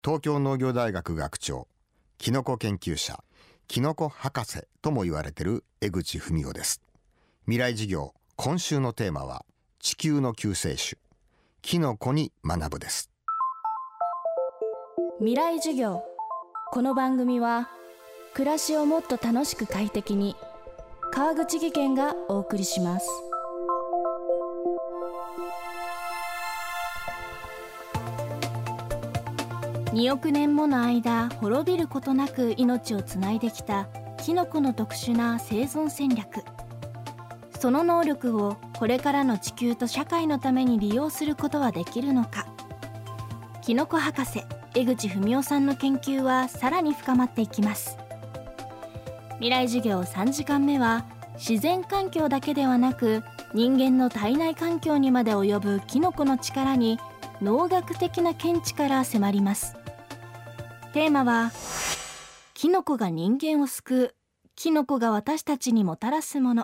東京農業大学学長、キノコ研究者、キノコ博士とも言われている江口文夫です。未来授業、今週のテーマは地球の救世主、キノコに学ぶです。 未来授業。この番組は暮らしをもっと楽しく快適に、川口義賢がお送りします。2億年もの間滅びることなく命をつないできたキノコの特殊な生存戦略、その能力をこれからの地球と社会のために利用することはできるのか。キノコ博士江口文夫さんの研究はさらに深まっていきます。未来授業3時間目は、自然環境だけではなく人間の体内環境にまで及ぶキノコの力に農学的な見地から迫ります。テーマは、キノコが人間を救う、キノコが私たちにもたらすもの。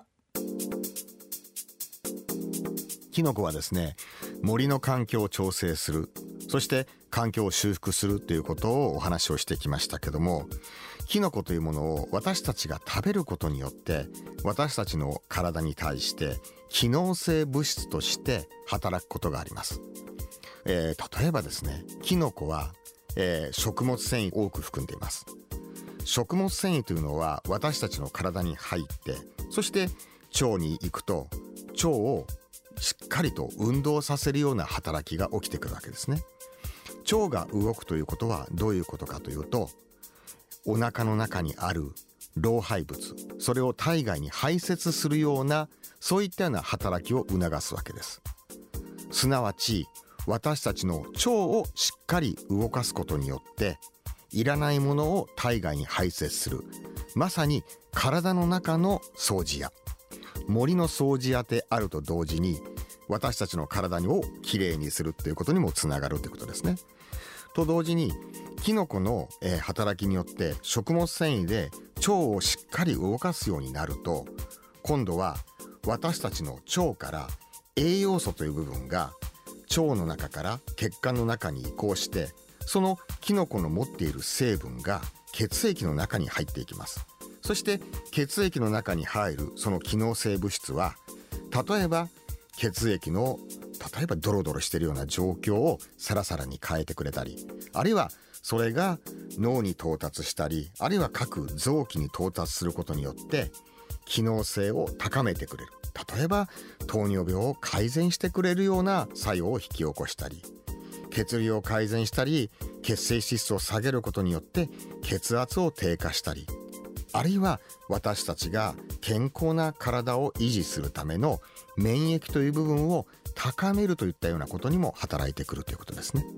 キノコはですね、森の環境を調整する、そして環境を修復するということをお話をしてきましたけども、キノコというものを私たちが食べることによって私たちの体に対して機能性物質として働くことがあります。例えばですね、キノコは、食物繊維を多く含んでいます。食物繊維というのは私たちの体に入って、そして腸に行くと腸をしっかりと運動させるような働きが起きてくるわけですね。腸が動くということはどういうことかというと、お腹の中にある老廃物、それを体外に排泄するような、そういったような働きを促すわけです。すなわち私たちの腸をしっかり動かすことによって、いらないものを体外に排泄する、まさに体の中の掃除屋、森の掃除屋であると同時に、私たちの体をきれいにするということにもつながるということですね。と同時に、キノコの働きによって食物繊維で腸をしっかり動かすようになると、今度は私たちの腸から栄養素という部分が腸の中から血管の中に移行して、そのキノコの持っている成分が血液の中に入っていきます。そして血液の中に入るその機能性物質は、例えば血液のドロドロしているような状況をサラサラに変えてくれたり、あるいはそれが脳に到達したり、あるいは各臓器に到達することによって機能性を高めてくれる。例えば糖尿病を改善してくれるような作用を引き起こしたり、血流を改善したり、血清指数を下げることによって血圧を低下したり、あるいは私たちが健康な体を維持するための免疫という部分を高めるといったようなことにも働いてくるということですね。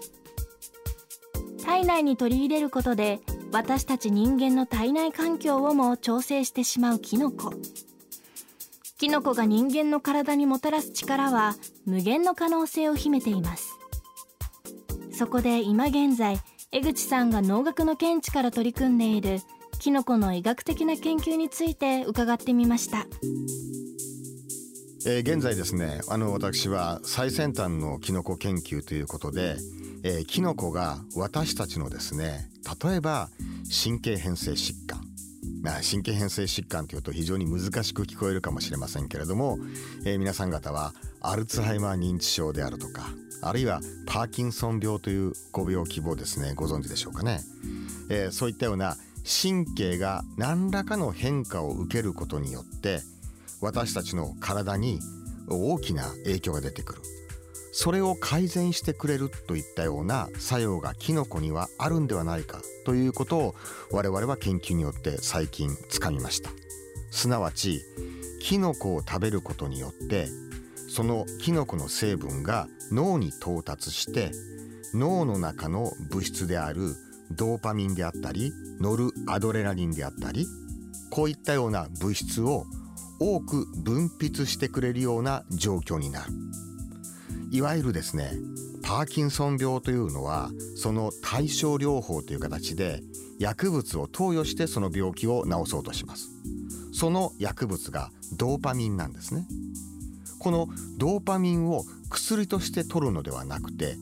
体内に取り入れることで、私たち人間の体内環境をも調整してしまうキノコ。キノコが人間の体にもたらす力は無限の可能性を秘めています。そこで今現在、江口さんが農学の見地から取り組んでいるキノコの医学的な研究について伺ってみました。 現在ですね、私は最先端のキノコ研究ということで、キノコが私たちのですね、例えば神経変性疾患、神経変性疾患というと非常に難しく聞こえるかもしれませんけれども、皆さん方はアルツハイマー認知症であるとか、あるいはパーキンソン病というご病気をですね、ご存知でしょうかね。そういったような神経が何らかの変化を受けることによって、私たちの体に大きな影響が出てくる。それを改善してくれるといったような作用がキノコにはあるんではないかということを、我々は研究によって最近つかみました。すなわちキノコを食べることによって、そのキノコの成分が脳に到達して、脳の中の物質であるドーパミンであったりノルアドレナリンであったり、こういったような物質を多く分泌してくれるような状況になる。いわゆるですね、パーキンソン病というのは、その対症療法という形で薬物を投与してその病気を治そうとします。その薬物がドーパミンなんですね。このドーパミンを薬として取るのではなくて、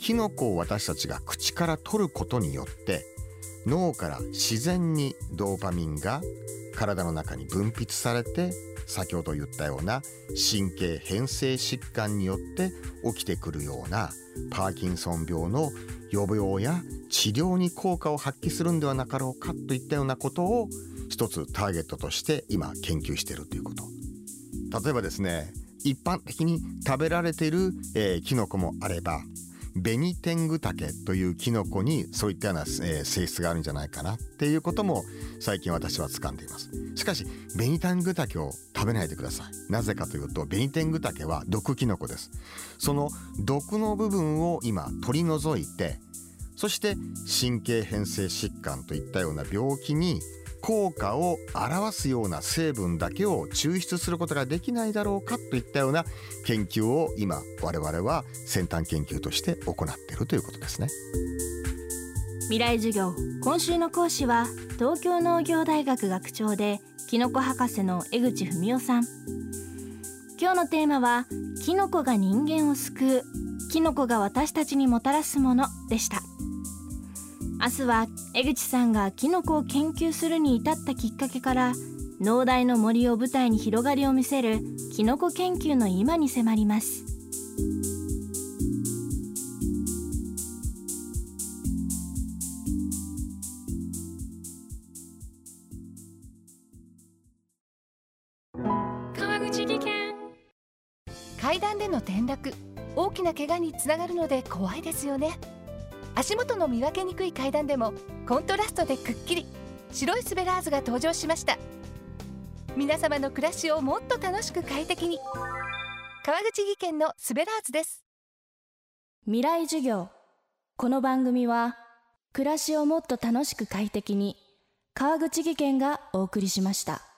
キノコを私たちが口から取ることによって脳から自然にドーパミンが体の中に分泌されて、先ほど言ったような神経変性疾患によって起きてくるようなパーキンソン病の予防や治療に効果を発揮するんではなかろうかといったようなことを一つターゲットとして今研究しているということ。例えばですね、一般的に食べられている、キノコもあれば、ベニテングタケというキノコにそういったような、性質があるんじゃないかなっていうことも最近私は掴んでいます。しかしベニテングタケを食べないでください。なぜかというと、ベニテングタケは毒キノコです。その毒の部分を今取り除いて、そして神経変性疾患といったような病気に効果を表すような成分だけを抽出することができないだろうかといったような研究を今我々は先端研究として行っているということですね。 未来授業、今週の講師は東京農業大学学長でキノコ博士の江口文夫さん。今日のテーマはキノコが人間を救う、キノコが私たちにもたらすものでした。明日は江口さんがキノコを研究するに至ったきっかけから農大の森を舞台に広がりを見せるキノコ研究の今に迫ります。 川口技研。階段での転落、大きな怪我につながるので怖いですよね。足元の見分けにくい階段でもコントラストでくっきり白いスベラーズが登場しました。皆様の暮らしをもっと楽しく快適に、川口技研のスベラーズです。 未来授業。この番組は暮らしをもっと楽しく快適に、川口技研がお送りしました。